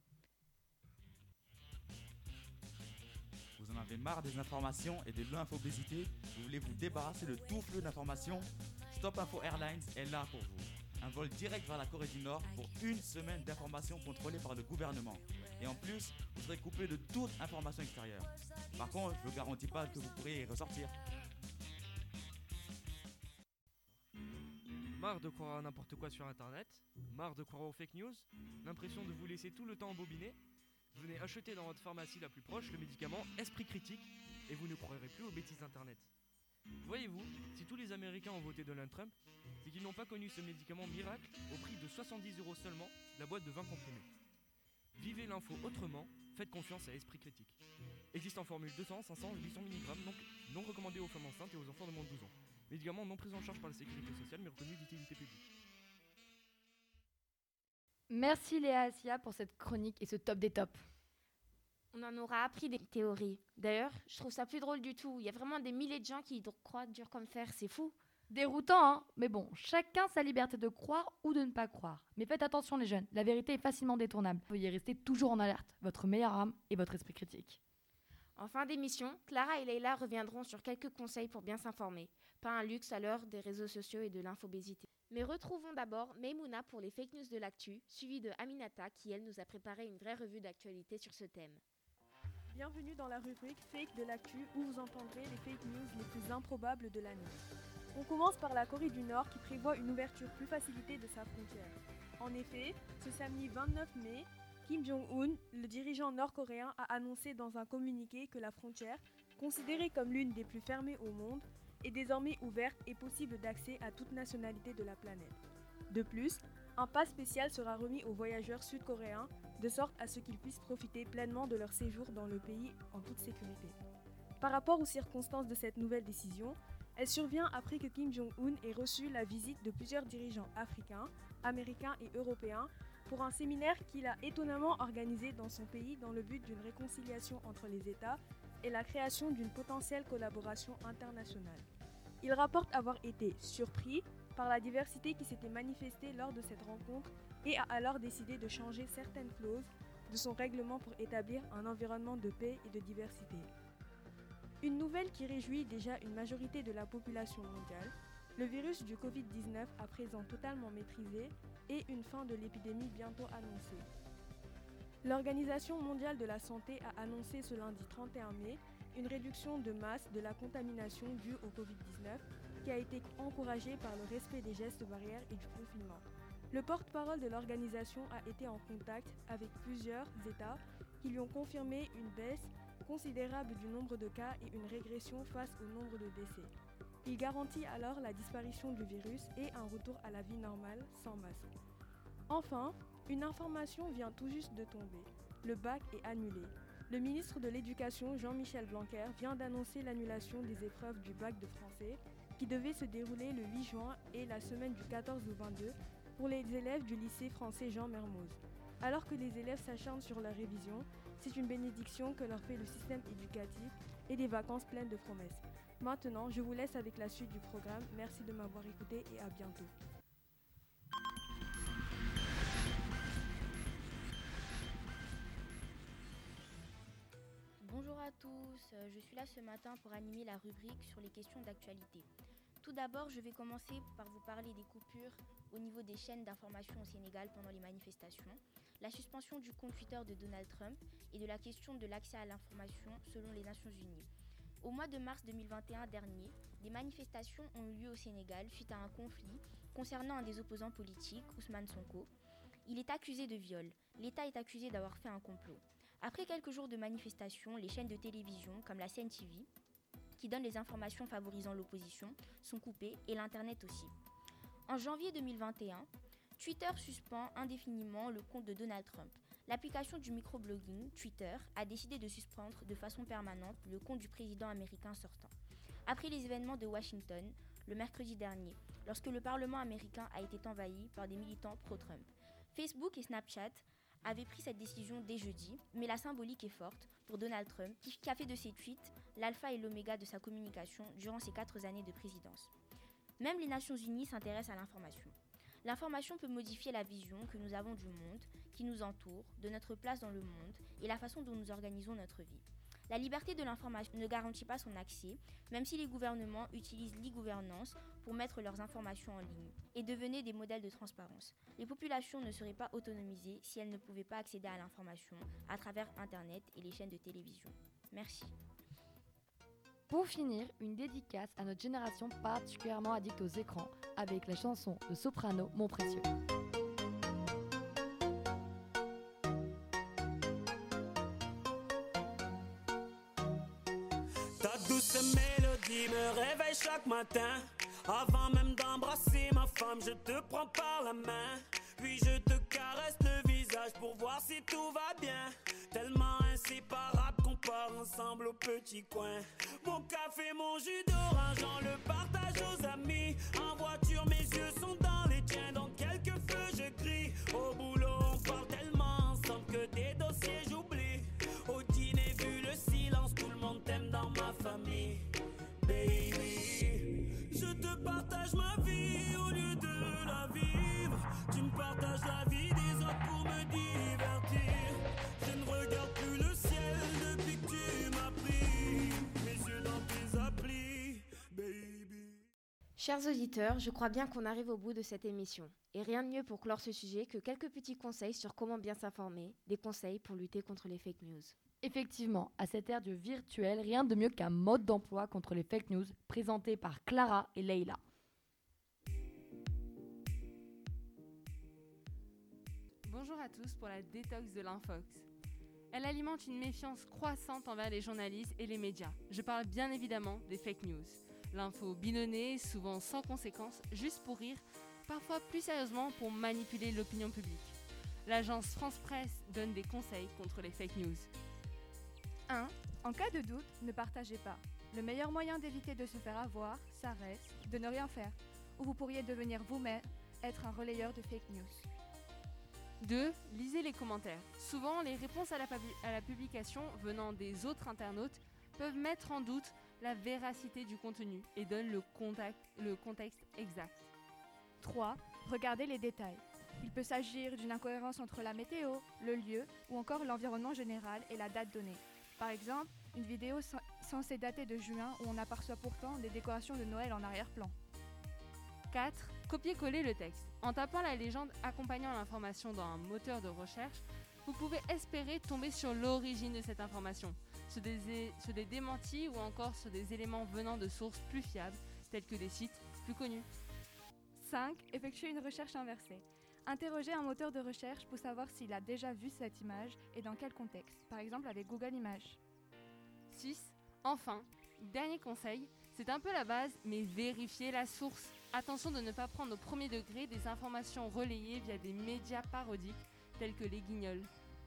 Vous en avez marre des informations et de l'infobésité? Vous voulez vous débarrasser de tout flux d'informations? Stop Info Airlines est là pour vous. Un vol direct vers la Corée du Nord pour une semaine d'informations contrôlées par le gouvernement. Et en plus, vous serez coupé de toute information extérieure. Par contre, je ne vous garantis pas que vous pourrez y ressortir. Marre de croire à n'importe quoi sur internet? Marre de croire aux fake news? L'impression de vous laisser tout le temps embobiner? Venez acheter dans votre pharmacie la plus proche le médicament Esprit Critique et vous ne croirez plus aux bêtises d'internet. Voyez-vous, si tous les Américains ont voté Donald Trump, c'est qu'ils n'ont pas connu ce médicament miracle au prix de 70 € seulement, la boîte de 20 comprimés. Vivez l'info autrement, faites confiance à Esprit Critique. Existe en formule 200, 500, 800 mg, donc non recommandé aux femmes enceintes et aux enfants de moins de 12 ans. Médicament non pris en charge par la sécurité sociale mais reconnu d'utilité publique. Merci Léa Assia pour cette chronique et ce top des tops. On en aura appris des théories. D'ailleurs, je trouve ça plus drôle du tout. Il y a vraiment des milliers de gens qui y croient dur comme fer, c'est fou. Déroutant, hein? Mais bon, chacun sa liberté de croire ou de ne pas croire. Mais faites attention les jeunes, la vérité est facilement détournable. Veuillez rester toujours en alerte, votre meilleure arme est votre esprit critique. En fin d'émission, Clara et Leïla reviendront sur quelques conseils pour bien s'informer. Pas un luxe à l'heure des réseaux sociaux et de l'infobésité. Mais retrouvons d'abord Maimouna pour les fake news de l'actu, suivie de Aminata qui, elle, nous a préparé une vraie revue d'actualité sur ce thème. Bienvenue dans la rubrique Fake de l'actu où vous entendrez les fake news les plus improbables de l'année. On commence par la Corée du Nord qui prévoit une ouverture plus facilitée de sa frontière. En effet, ce samedi 29 mai, Kim Jong-un, le dirigeant nord-coréen, a annoncé dans un communiqué que la frontière, considérée comme l'une des plus fermées au monde, est désormais ouverte et possible d'accès à toute nationalité de la planète. De plus, un pass spécial sera remis aux voyageurs sud-coréens de sorte à ce qu'ils puissent profiter pleinement de leur séjour dans le pays en toute sécurité. Par rapport aux circonstances de cette nouvelle décision, elle survient après que Kim Jong-un ait reçu la visite de plusieurs dirigeants africains, américains et européens pour un séminaire qu'il a étonnamment organisé dans son pays dans le but d'une réconciliation entre les États et la création d'une potentielle collaboration internationale. Il rapporte avoir été surpris par la diversité qui s'était manifestée lors de cette rencontre et a alors décidé de changer certaines clauses de son règlement pour établir un environnement de paix et de diversité. Une nouvelle qui réjouit déjà une majorité de la population mondiale, le virus du Covid-19 à présent totalement maîtrisé et une fin de l'épidémie bientôt annoncée. L'Organisation mondiale de la santé a annoncé ce lundi 31 mai une réduction de masse de la contamination due au Covid-19 qui a été encouragée par le respect des gestes barrières et du confinement. Le porte-parole de l'organisation a été en contact avec plusieurs États qui lui ont confirmé une baisse considérable du nombre de cas et une régression face au nombre de décès. Il garantit alors la disparition du virus et un retour à la vie normale sans masque. Enfin, une information vient tout juste de tomber. Le bac est annulé. Le ministre de l'Éducation, Jean-Michel Blanquer, vient d'annoncer l'annulation des épreuves du bac de français qui devaient se dérouler le 8 juin et la semaine du 14 au 22 pour les élèves du lycée français Jean Mermoz. Alors que les élèves s'acharnent sur leur révision, c'est une bénédiction que leur fait le système éducatif et des vacances pleines de promesses. Maintenant, je vous laisse avec la suite du programme. Merci de m'avoir écouté et à bientôt. Bonjour à tous, je suis là ce matin pour animer la rubrique sur les questions d'actualité. Tout d'abord, je vais commencer par vous parler des coupures au niveau des chaînes d'information au Sénégal pendant les manifestations, la suspension du compte Twitter de Donald Trump et de la question de l'accès à l'information selon les Nations Unies. Au mois de mars 2021 dernier, des manifestations ont eu lieu au Sénégal suite à un conflit concernant un des opposants politiques, Ousmane Sonko. Il est accusé de viol. L'État est accusé d'avoir fait un complot. Après quelques jours de manifestations, les chaînes de télévision comme la CNTV, qui donnent les informations favorisant l'opposition, sont coupées et l'Internet aussi. En janvier 2021, Twitter suspend indéfiniment le compte de Donald Trump. L'application du microblogging, Twitter, a décidé de suspendre de façon permanente le compte du président américain sortant. Après les événements de Washington, le mercredi dernier, lorsque le Parlement américain a été envahi par des militants pro-Trump. Facebook et Snapchat avaient pris cette décision dès jeudi, mais la symbolique est forte pour Donald Trump, qui a fait de ses tweets l'alpha et l'oméga de sa communication durant ses 4 années de présidence. Même les Nations Unies s'intéressent à l'information. L'information peut modifier la vision que nous avons du monde, qui nous entoure, de notre place dans le monde et la façon dont nous organisons notre vie. La liberté de l'information ne garantit pas son accès, même si les gouvernements utilisent l'e-gouvernance pour mettre leurs informations en ligne et devenir des modèles de transparence. Les populations ne seraient pas autonomisées si elles ne pouvaient pas accéder à l'information à travers Internet et les chaînes de télévision. Merci. Pour finir, une dédicace à notre génération particulièrement addicte aux écrans avec la chanson de Soprano, Mon Précieux. Ta douce mélodie me réveille chaque matin. Avant même d'embrasser ma femme, je te prends par la main. Puis je te caresse le visage pour voir si tout va bien. Tellement inséparable qu'on part ensemble au petit coin. Mon café, mon jus d'orange, on le partage aux amis. En voiture, mes yeux sont dans les tiens. Dans quelques feux, je crie. Au boulot, on parle tellement ensemble que des dossiers j'oublie. Au dîner, vu le silence, tout le monde t'aime dans ma famille. Baby, je te partage ma vie au lieu de la vivre. Tu me partages la vie des autres pour me divertir. Je ne regarde plus le ciel depuis que tu m'as pris. Mes yeux dans tes applis, baby. Chers auditeurs, je crois bien qu'on arrive au bout de cette émission. Et rien de mieux pour clore ce sujet que quelques petits conseils sur comment bien s'informer, des conseils pour lutter contre les fake news. Effectivement, à cette ère du virtuel, rien de mieux qu'un mode d'emploi contre les fake news présenté par Clara et Leïla. Bonjour à tous pour la détox de l'Infox. Elle alimente une méfiance croissante envers les journalistes et les médias. Je parle bien évidemment des fake news. L'info binonnée, souvent sans conséquence, juste pour rire, parfois plus sérieusement pour manipuler l'opinion publique. L'agence France Presse donne des conseils contre les fake news. 1. En cas de doute, ne partagez pas. Le meilleur moyen d'éviter de se faire avoir, ça reste de ne rien faire. Ou vous pourriez devenir vous-même être un relayeur de fake news. 2. Lisez les commentaires. Souvent, les réponses à la publication venant des autres internautes peuvent mettre en doute la véracité du contenu et donnent le contexte exact. 3. Regardez les détails. Il peut s'agir d'une incohérence entre la météo, le lieu ou encore l'environnement général et la date donnée. Par exemple, une vidéo censée dater de juin où on aperçoit pourtant des décorations de Noël en arrière-plan. 4. Copier-coller le texte. En tapant la légende accompagnant l'information dans un moteur de recherche, vous pouvez espérer tomber sur l'origine de cette information, sur des démentis ou encore sur des éléments venant de sources plus fiables, tels que des sites plus connus. 5. Effectuez une recherche inversée. Interrogez un moteur de recherche pour savoir s'il a déjà vu cette image et dans quel contexte, par exemple avec Google Images. 6. Enfin, dernier conseil, c'est un peu la base, mais vérifiez la source. Attention de ne pas prendre au premier degré des informations relayées via des médias parodiques tels que les Guignols.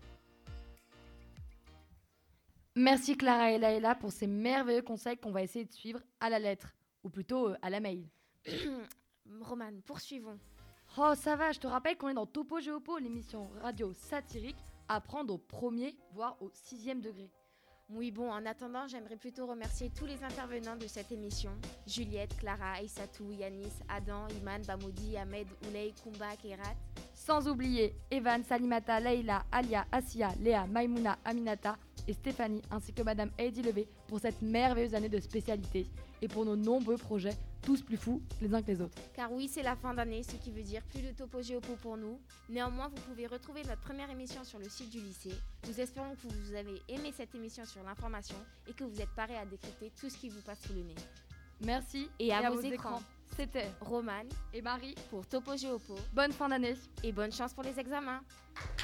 Merci Clara et Laïla pour ces merveilleux conseils qu'on va essayer de suivre à la lettre, ou plutôt à la mail. Romane, poursuivons. Oh ça va, je te rappelle qu'on est dans Topo Géopo, l'émission radio satirique à prendre au premier, voire au 6e degré. Oui bon, en attendant, j'aimerais plutôt remercier tous les intervenants de cette émission. Juliette, Clara, Aïssatou, Yanis, Adam, Iman, Bamoudi, Ahmed, Ouley, Kumba, Kérat. Sans oublier Evan, Salimata, Leïla, Alia, Assia, Léa, Maïmouna, Aminata et Stéphanie, ainsi que Madame Heidi Levé pour cette merveilleuse année de spécialité et pour nos nombreux projets, tous plus fous les uns que les autres. Car oui, c'est la fin d'année, ce qui veut dire plus de Topo Géopo pour nous. Néanmoins, vous pouvez retrouver notre première émission sur le site du lycée. Nous espérons que vous avez aimé cette émission sur l'information et que vous êtes parés à décrypter tout ce qui vous passe sous le nez. Merci et à vos écrans. C'était Romane et Marie pour Topo Géopo. Bonne fin d'année et bonne chance pour les examens.